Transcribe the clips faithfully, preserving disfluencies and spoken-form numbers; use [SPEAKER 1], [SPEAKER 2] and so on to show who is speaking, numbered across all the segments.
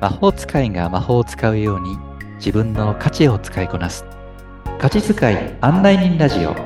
[SPEAKER 1] 魔法使いが魔法を使うように自分の価値を使いこなす価値使い案内人ラジオ。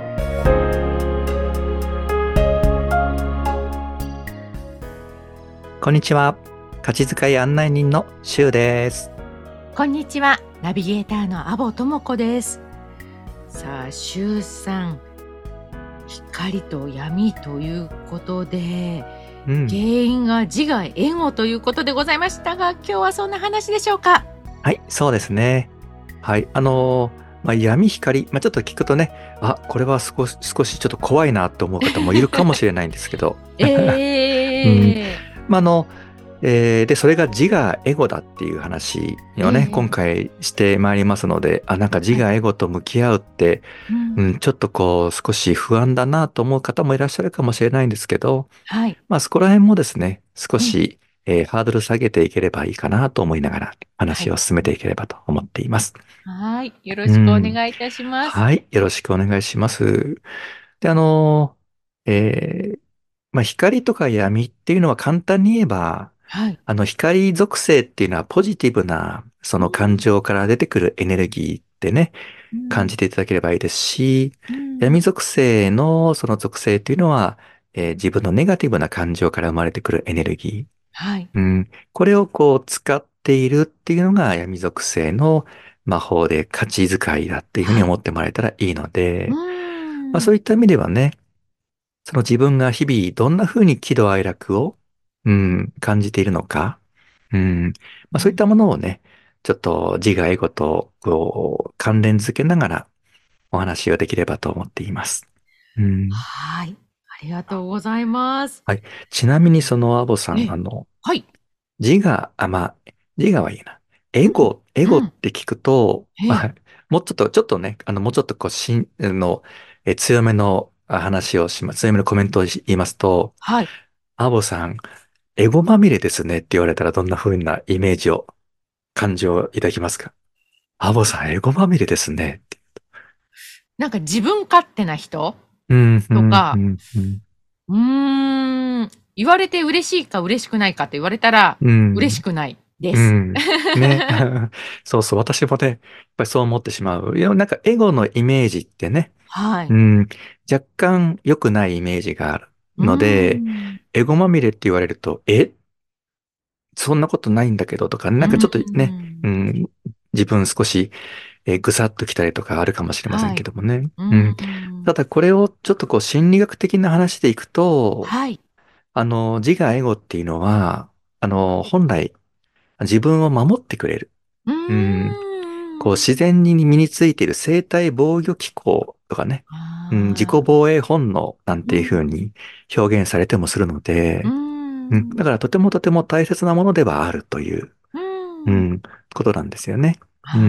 [SPEAKER 1] こんにちは、価値使い案内人のしゅうです。
[SPEAKER 2] こんにちは、ナビゲーターの阿保智子です。さあ、しゅうさん、光と闇ということで、うん、原因が自我エゴということでございましたが、今日はそんな話でしょうか？
[SPEAKER 1] はい、そうですね。はい、あのーまあ、闇光、まあ、ちょっと聞くとね、あ、これは少し少しちょっと怖いなと思う方もいるかもしれないんですけど、
[SPEAKER 2] えー
[SPEAKER 1] うんまあ、あのえー、でそれが自我エゴだっていう話をね、えー、今回してまいりますので、あ、なんか自我エゴと向き合うって、はいうん、ちょっとこう少し不安だなと思う方もいらっしゃるかもしれないんですけど、
[SPEAKER 2] はい、
[SPEAKER 1] まあそこら辺もですね、少し、えー、ハードル下げていければいいかなと思いながら話を進めていければと思っています。
[SPEAKER 2] はい、よろしくお願いいたします。
[SPEAKER 1] うん、はい、よろしくお願いします。で、あの、えー、まあ光とか闇っていうのは簡単に言えば、はい、あの光属性っていうのはポジティブなその感情から出てくるエネルギーってね、うん、感じていただければいいですし、うん、闇属性のその属性っていうのは、えー、自分のネガティブな感情から生まれてくるエネルギー。
[SPEAKER 2] はい
[SPEAKER 1] うん、これをこう使っているっていうのが闇属性の魔法で価値遣いだっていうふうに思ってもらえたらいいので、はいまあ、そういった意味ではね、その自分が日々どんな風に喜怒哀楽を、うん、感じているのか、うんまあ、そういったものをね、ちょっと自我エゴとこう関連づけながらお話をできればと思っています。うん、
[SPEAKER 2] はい。ありがとうございます。
[SPEAKER 1] はい。ちなみにそのアボさん、あの、
[SPEAKER 2] はい。
[SPEAKER 1] 自我、あ、まあ、自我はいいな。エゴ、エゴって聞くと、
[SPEAKER 2] うん、
[SPEAKER 1] まあ、もうちょっと、ちょっとね、あの、もうちょっとこう、しん、の、え、強めの話をします。強めのコメントを言いますと、
[SPEAKER 2] はい。
[SPEAKER 1] アボさん、エゴまみれですねって言われたらどんな風なイメージを、感情をいただきますか？アボさん、エゴまみれですねって。
[SPEAKER 2] なんか自分勝手な人
[SPEAKER 1] うん、
[SPEAKER 2] とか、
[SPEAKER 1] うん、うん、
[SPEAKER 2] うーん、言われて嬉しいか嬉しくないかって言われたら、
[SPEAKER 1] うん、
[SPEAKER 2] 嬉しくないです。
[SPEAKER 1] うん。ね。そうそう、私もね、やっぱりそう思ってしまう。いや、なんかエゴのイメージってね、
[SPEAKER 2] はい。
[SPEAKER 1] うん、若干良くないイメージがあるので、エゴまみれって言われると、えそんなことないんだけどとか、なんかちょっとね、うん、自分少し、えーぐさっときたりとかあるかもしれませんけどもね。
[SPEAKER 2] はい、
[SPEAKER 1] うん。ただこれをちょっとこう心理学的な話でいくと、
[SPEAKER 2] はい。
[SPEAKER 1] あの、自我エゴっていうのは、あの、本来自分を守ってくれる。
[SPEAKER 2] う
[SPEAKER 1] うん。
[SPEAKER 2] ーん。
[SPEAKER 1] こう自然に身についている生体防御機構とかね、うん、自己防衛本能なんていう風に表現されてもするので、うん、だからとてもとても大切なものではあるという、うん、ことなんですよね。うん。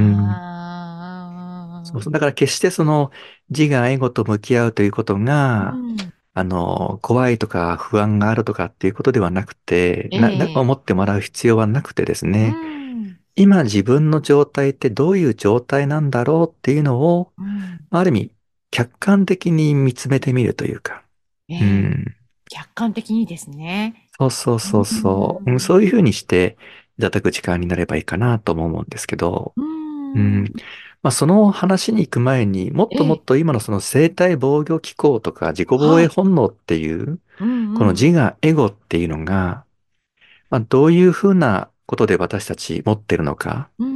[SPEAKER 1] そうそう。だから決してその自我エゴと向き合うということが、あの、怖いとか不安があるとかっていうことではなくて、な、な、思ってもらう必要はなくてですね、今自分の状態ってどういう状態なんだろうっていうのを、ある意味、客観的に見つめてみるというか。
[SPEAKER 2] ええ、うん、客観的にですね。
[SPEAKER 1] そうそうそうそう、うん。そういうふうにしていただく時間になればいいかなとも思うんですけど。
[SPEAKER 2] う
[SPEAKER 1] うん。まあ、その話に行く前にもっともっと今のその生体防御機構とか自己防衛本能っていう、この自我、エゴっていうのが、まあ、どういうふうなことで私たち持ってるのか、うん、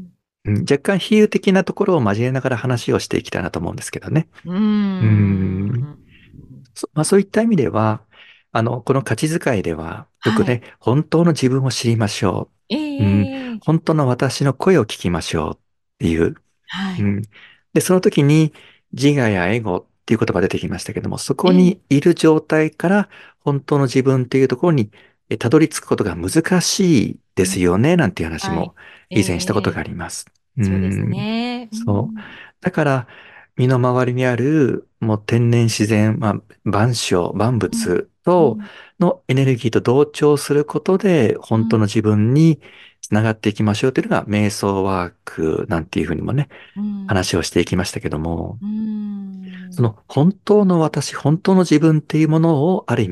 [SPEAKER 1] 若干比喩的なところを交えながら話をしていきたいなと思うんですけどね。
[SPEAKER 2] うーん。
[SPEAKER 1] そまあ、そういった意味では、あの、この価値遣いでは、よくね、はい、本当の自分を知りましょう。えー、うん。本当の私の声を聞きましょうっていう。はい、うん。で、その時に自我やエゴっていう言葉が出てきましたけども、そこにいる状態から本当の自分っていうところにたどり着くことが難しいですよね、なんていう話も以前したことがあります。
[SPEAKER 2] えー、そうですね。
[SPEAKER 1] そう。だから、身の回りにある、もう天然自然、まあ、万象、万物と、のエネルギーと同調することで、本当の自分につながっていきましょうというのが、瞑想ワークなんていうふうにもね、話をしていきましたけども、その本当の私、本当の自分っていうものを、ある意味、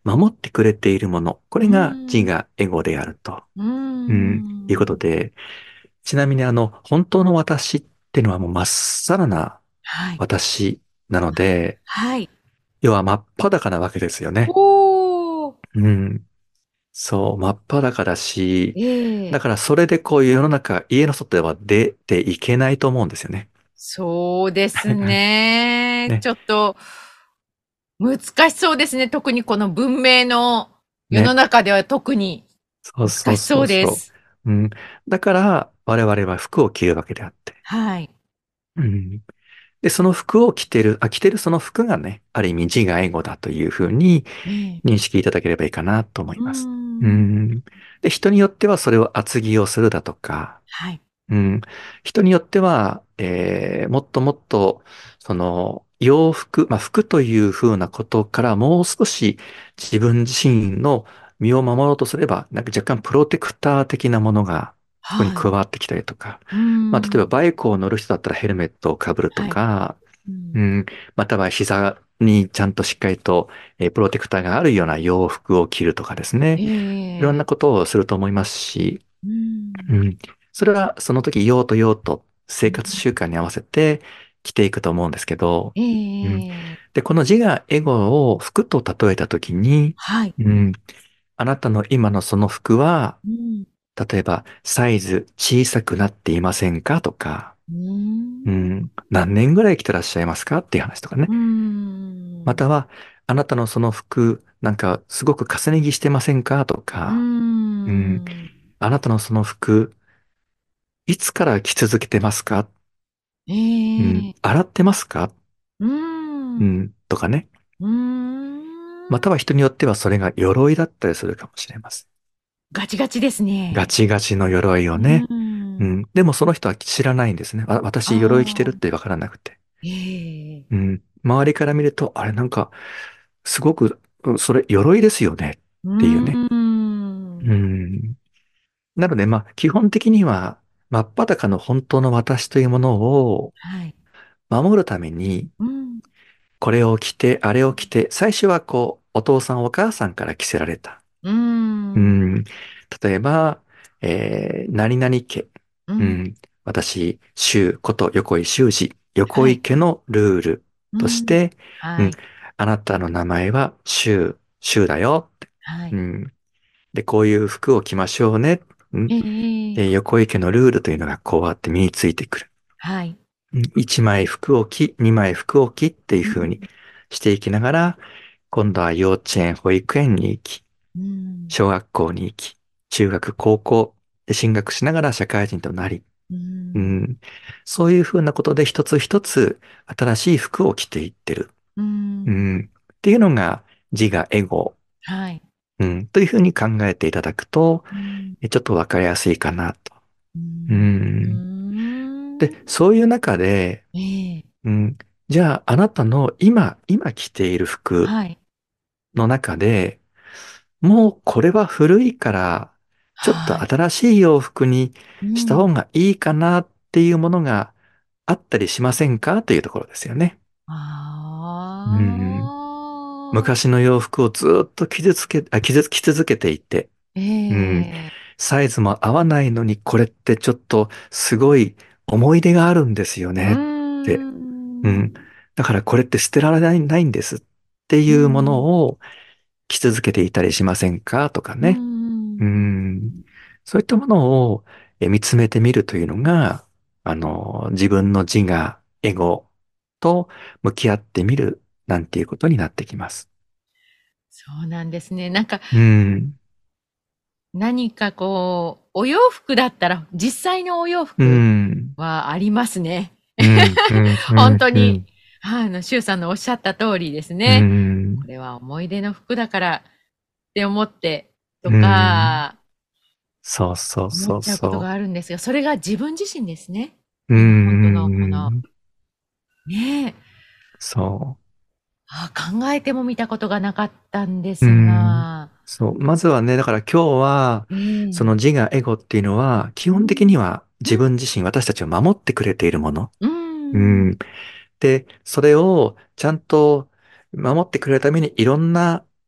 [SPEAKER 1] 守ってくれているもの、こ
[SPEAKER 2] う
[SPEAKER 1] れが自
[SPEAKER 2] ん。
[SPEAKER 1] 我、エゴであると、
[SPEAKER 2] う
[SPEAKER 1] うん、いうこと
[SPEAKER 2] ん。
[SPEAKER 1] で、ちなみにあの、本当の私っていうのはもうまっさらな
[SPEAKER 2] はい。
[SPEAKER 1] 私なので、
[SPEAKER 2] はい。
[SPEAKER 1] 要は真っ裸なわけですよね。
[SPEAKER 2] おー。
[SPEAKER 1] うん。そう、真っ裸だし、
[SPEAKER 2] ええ、
[SPEAKER 1] だからそれでこういう世の中、家の外では出ていけないと思うんですよね。
[SPEAKER 2] そうですね。
[SPEAKER 1] ね、
[SPEAKER 2] ちょっと難しそうですね。特にこの文明の世の
[SPEAKER 1] ね。
[SPEAKER 2] 中では特に
[SPEAKER 1] そうそう
[SPEAKER 2] 難しそうで
[SPEAKER 1] そうそ
[SPEAKER 2] す。
[SPEAKER 1] う。うん。だから我々は服を着るわけであって。
[SPEAKER 2] はい。
[SPEAKER 1] うん。で、その服を着てる、あ、着てるその服がね、ある意味自我エゴだというふうに
[SPEAKER 2] ええ。
[SPEAKER 1] 認識いただければいいかなと思い
[SPEAKER 2] うー
[SPEAKER 1] ます。う
[SPEAKER 2] ん。
[SPEAKER 1] ん。で、人によってはそれを厚着をするだとか、
[SPEAKER 2] はい。
[SPEAKER 1] うん。人によっては、えー、もっともっと、その、洋服、まあ、服というふうなことからもう少し自分自身の身を守ろうとすれば、なんか若干プロテクター的なものがそこに
[SPEAKER 2] はい。
[SPEAKER 1] 加わってきたりとか、
[SPEAKER 2] うー
[SPEAKER 1] まあ、例えば
[SPEAKER 2] ん。
[SPEAKER 1] バイクを乗る人だったらヘルメットをかぶると
[SPEAKER 2] はい。
[SPEAKER 1] か、
[SPEAKER 2] うん。
[SPEAKER 1] うん、または膝にちゃんとしっかりと、えープロテクターがあるような洋服を着るとかですね。いろんな
[SPEAKER 2] ええ、
[SPEAKER 1] ことをすると思いますし、
[SPEAKER 2] うーん。
[SPEAKER 1] うん。それはその時用途用途、生活
[SPEAKER 2] うん。
[SPEAKER 1] 習慣に合わせて着ていくと思うんですけど、
[SPEAKER 2] ええ
[SPEAKER 1] うん。
[SPEAKER 2] ええええ。
[SPEAKER 1] で、この自我、エゴを服と例えた時に、
[SPEAKER 2] はい。
[SPEAKER 1] うん。あなたの今のその服は、
[SPEAKER 2] うん。
[SPEAKER 1] 例えばサイズ小さくなっていませんかとか、
[SPEAKER 2] うーん。
[SPEAKER 1] うん。何年ぐらい着てらっしゃいますかっていう話とかね。
[SPEAKER 2] うーん。
[SPEAKER 1] または、あなたのその服、なんかすごく重ね着してませんかと
[SPEAKER 2] うー
[SPEAKER 1] か、うん。
[SPEAKER 2] ん。
[SPEAKER 1] あなたのその服、いつから着続けてますか？
[SPEAKER 2] え
[SPEAKER 1] うん。
[SPEAKER 2] え。
[SPEAKER 1] 洗ってますか？
[SPEAKER 2] うーん。
[SPEAKER 1] うん。とかね。
[SPEAKER 2] うーん。
[SPEAKER 1] または人によってはそれが鎧だったりするかもしれません。
[SPEAKER 2] ガチガチですね。
[SPEAKER 1] ガチガチの鎧を
[SPEAKER 2] う
[SPEAKER 1] ね。
[SPEAKER 2] ーん。
[SPEAKER 1] うん。でもその人は知らないんですね。あ、私鎧着てるっ
[SPEAKER 2] ああ。
[SPEAKER 1] てわからなくて。
[SPEAKER 2] ええ。
[SPEAKER 1] うん。周りから見ると、あれなんか、すごく、うんそれ鎧ですよね。
[SPEAKER 2] う
[SPEAKER 1] っていうね。
[SPEAKER 2] ー
[SPEAKER 1] う
[SPEAKER 2] ん。
[SPEAKER 1] ん。なので、まあ、基本的には、真っ裸の本当の私というものを
[SPEAKER 2] はい。
[SPEAKER 1] 守るために、
[SPEAKER 2] うん。
[SPEAKER 1] これを着て、あれを着て、最初はこう、お父さんお母さんから着せられた。
[SPEAKER 2] うーん。
[SPEAKER 1] うん。例えば、えー、何々家。
[SPEAKER 2] うん。
[SPEAKER 1] うん。私、周こと横井修二。横
[SPEAKER 2] はい。
[SPEAKER 1] 井家のルール
[SPEAKER 2] うん。
[SPEAKER 1] として、うん。
[SPEAKER 2] はい。
[SPEAKER 1] あなたの名前は周、周だよ。
[SPEAKER 2] はい。
[SPEAKER 1] うん。で、こういう服を着ましょうね。うん。
[SPEAKER 2] ええええ。
[SPEAKER 1] で、横井家のルールというのがこうやって身についてくる。
[SPEAKER 2] はい。
[SPEAKER 1] うん一枚服を着、二枚服を着っていう
[SPEAKER 2] うん。
[SPEAKER 1] 風にしていきながら、今度は幼稚園、保育園に行き、
[SPEAKER 2] うん。
[SPEAKER 1] 小学校に行き、中学、高校で進学しながら社会人となり、
[SPEAKER 2] うーん。
[SPEAKER 1] うん、そういうふうなことで一つ一つ新しい服を着ていってる。
[SPEAKER 2] うーん。
[SPEAKER 1] うん、っていうのが自我、エゴ、
[SPEAKER 2] はい。
[SPEAKER 1] うん、というふうに考えていただくと、
[SPEAKER 2] うん。
[SPEAKER 1] えちょっとわかりやすいかなと。
[SPEAKER 2] うー
[SPEAKER 1] う
[SPEAKER 2] ん。う
[SPEAKER 1] ん、で、
[SPEAKER 2] ーん。
[SPEAKER 1] そういう中で、
[SPEAKER 2] ええ。
[SPEAKER 1] うん、じゃああなたの今、今着ている服
[SPEAKER 2] はい。
[SPEAKER 1] の中で、もうこれは古いから、ちょっと
[SPEAKER 2] はい。
[SPEAKER 1] 新しい洋服にした方
[SPEAKER 2] うん。
[SPEAKER 1] がいいかなっていうものがあったりしませんかというところですよね。うん。
[SPEAKER 2] ああ。
[SPEAKER 1] 昔の洋服をずっと傷つけ、あ、傷つき続けていて、
[SPEAKER 2] え
[SPEAKER 1] うん。
[SPEAKER 2] え。
[SPEAKER 1] サイズも合わないのにこれってちょっとすごい思い出があるんですよ
[SPEAKER 2] う
[SPEAKER 1] ねって。
[SPEAKER 2] ー
[SPEAKER 1] うん。
[SPEAKER 2] ん。
[SPEAKER 1] だからこれって捨てられない、ないんですって
[SPEAKER 2] う
[SPEAKER 1] いうも
[SPEAKER 2] ん。
[SPEAKER 1] のを着続けていたりしませんかとか
[SPEAKER 2] う
[SPEAKER 1] ね。う
[SPEAKER 2] ん。
[SPEAKER 1] ん。そういったものをえ見つめてみるというのが、あの、自分の自我、エゴと向き合ってみるなんていうことになってきます。
[SPEAKER 2] そうなんですね。なんか、
[SPEAKER 1] うん。
[SPEAKER 2] 何かこう、お洋服だったら、実際のお洋
[SPEAKER 1] う
[SPEAKER 2] 服
[SPEAKER 1] ん。
[SPEAKER 2] はありますね。
[SPEAKER 1] うん。うん。う
[SPEAKER 2] ほん
[SPEAKER 1] ん。
[SPEAKER 2] とに、
[SPEAKER 1] うん。
[SPEAKER 2] はい、あの、周さんのおっしゃった通りです
[SPEAKER 1] う
[SPEAKER 2] ね。こ
[SPEAKER 1] ん。
[SPEAKER 2] れは思い出の服だからって思ってと
[SPEAKER 1] うん。
[SPEAKER 2] か、
[SPEAKER 1] そうそう
[SPEAKER 2] 思っ
[SPEAKER 1] そう
[SPEAKER 2] ちゃうことが
[SPEAKER 1] そ
[SPEAKER 2] あるんですが、それが自分自身ですね。
[SPEAKER 1] う。う
[SPEAKER 2] あの、ほんとのこの、
[SPEAKER 1] ん。
[SPEAKER 2] ねえ、
[SPEAKER 1] そ
[SPEAKER 2] ああ、考えてもみたことがなかったんで
[SPEAKER 1] う。う
[SPEAKER 2] す
[SPEAKER 1] ん。
[SPEAKER 2] が、
[SPEAKER 1] そう。まずはね、だから今日は、
[SPEAKER 2] ええ、
[SPEAKER 1] その自我、エゴっていうのは、基本的
[SPEAKER 2] うん、
[SPEAKER 1] には自
[SPEAKER 2] うん、
[SPEAKER 1] 分自身、私たちを守ってくれているもの。
[SPEAKER 2] うー
[SPEAKER 1] う
[SPEAKER 2] ん、
[SPEAKER 1] ん。で、それをちゃんと守ってくれるためにいろんな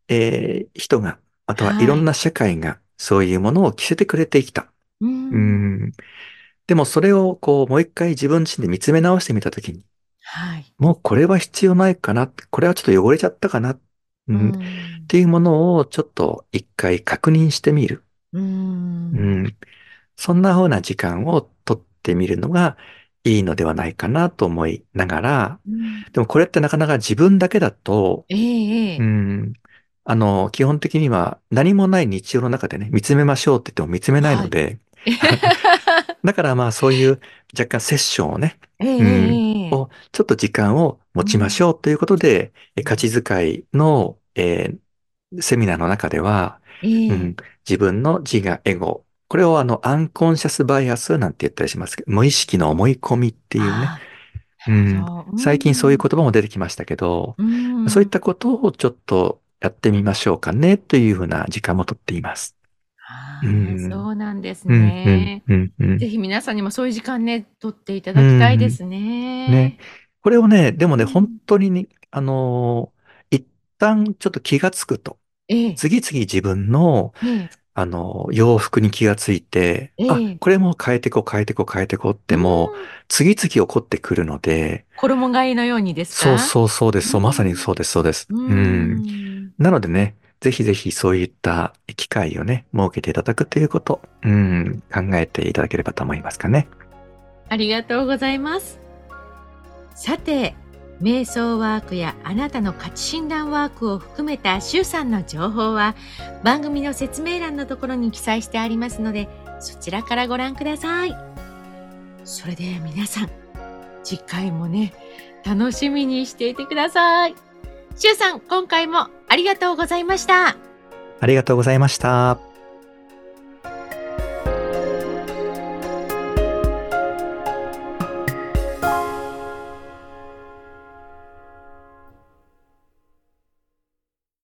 [SPEAKER 1] えー人が、またはいろ
[SPEAKER 2] はい。
[SPEAKER 1] んな社会がそういうものを着せてくれてきた。
[SPEAKER 2] うー
[SPEAKER 1] う
[SPEAKER 2] ん。
[SPEAKER 1] ん。でもそれをこう、もう一回自分自身で見つめ直してみたときに、
[SPEAKER 2] はい。
[SPEAKER 1] もうこれは必要ないかな。これはちょっと汚れちゃったかな。う
[SPEAKER 2] うー
[SPEAKER 1] ん。っ
[SPEAKER 2] ん。
[SPEAKER 1] ていうものをちょっと一回確認してみる。
[SPEAKER 2] うー
[SPEAKER 1] う
[SPEAKER 2] ん。
[SPEAKER 1] ん。そんな風な時間をとってみるのがいいのではないかなと思いながら、
[SPEAKER 2] うん。
[SPEAKER 1] でもこれってなかなか自分だけだと、
[SPEAKER 2] えええ
[SPEAKER 1] う
[SPEAKER 2] え。
[SPEAKER 1] ん。あの、基本的には何もない日常の中でね、見つめましょうって言っても見つめない
[SPEAKER 2] はい。
[SPEAKER 1] ので、だからまあそういう若干セッションをね、
[SPEAKER 2] えええ
[SPEAKER 1] うん、
[SPEAKER 2] えええ。
[SPEAKER 1] をちょっと時間を持ちまし
[SPEAKER 2] うん。
[SPEAKER 1] ょうということで、え価
[SPEAKER 2] うん。
[SPEAKER 1] 値遣いの、えーセミナーの中では、
[SPEAKER 2] ええ。
[SPEAKER 1] うん、自分の自我、エゴ、これをあの、アンコンシャスバイアスなんて言ったりしますけど、無意識の思い込みっていうね、
[SPEAKER 2] ああ、
[SPEAKER 1] うん、
[SPEAKER 2] なるほど。うー
[SPEAKER 1] 最近そういう
[SPEAKER 2] ん。
[SPEAKER 1] 言葉も出てきましたけど、
[SPEAKER 2] うーん。
[SPEAKER 1] そういったことをちょっとやってみましょうかねというふうな時間もとっています。う
[SPEAKER 2] ああ、
[SPEAKER 1] ん、
[SPEAKER 2] そうなんです
[SPEAKER 1] うん、うん、
[SPEAKER 2] ね。
[SPEAKER 1] うん、うん。
[SPEAKER 2] ぜひ皆さんにもそういう時間ね、取っていた
[SPEAKER 1] う
[SPEAKER 2] だきたいで
[SPEAKER 1] ん、
[SPEAKER 2] す
[SPEAKER 1] ね。
[SPEAKER 2] ね。
[SPEAKER 1] これをね、でもね、本
[SPEAKER 2] うん。
[SPEAKER 1] 当にね、あのー一旦ちょっと気がつくと、
[SPEAKER 2] ええ、
[SPEAKER 1] 次々自分の、
[SPEAKER 2] ええ、
[SPEAKER 1] あの、洋服に気がついて、
[SPEAKER 2] え
[SPEAKER 1] あ、
[SPEAKER 2] え。
[SPEAKER 1] これもう変えてこう変えてこう変えてこうっ
[SPEAKER 2] うー
[SPEAKER 1] てもう、
[SPEAKER 2] ん。
[SPEAKER 1] 次々起こってくるので、
[SPEAKER 2] 衣替えのようにです
[SPEAKER 1] そう
[SPEAKER 2] か？
[SPEAKER 1] そうそうです。
[SPEAKER 2] う
[SPEAKER 1] そう、まさに
[SPEAKER 2] ん。
[SPEAKER 1] そうです、そうです。
[SPEAKER 2] うー
[SPEAKER 1] うん。
[SPEAKER 2] ん。
[SPEAKER 1] なのでね、ぜひぜひそういった機会をね、設けていただくということ、うん、考えていただければと思いますかね。
[SPEAKER 2] ありがとうございます。さて、瞑想ワークやあなたの価値診断ワークを含めた周さんの情報は番組の説明欄のところに記載してありますので、そちらからご覧ください。それで皆さん、次回もね、楽しみにしていてください。周さん、今回もありがとうございました。
[SPEAKER 1] ありがとうございました。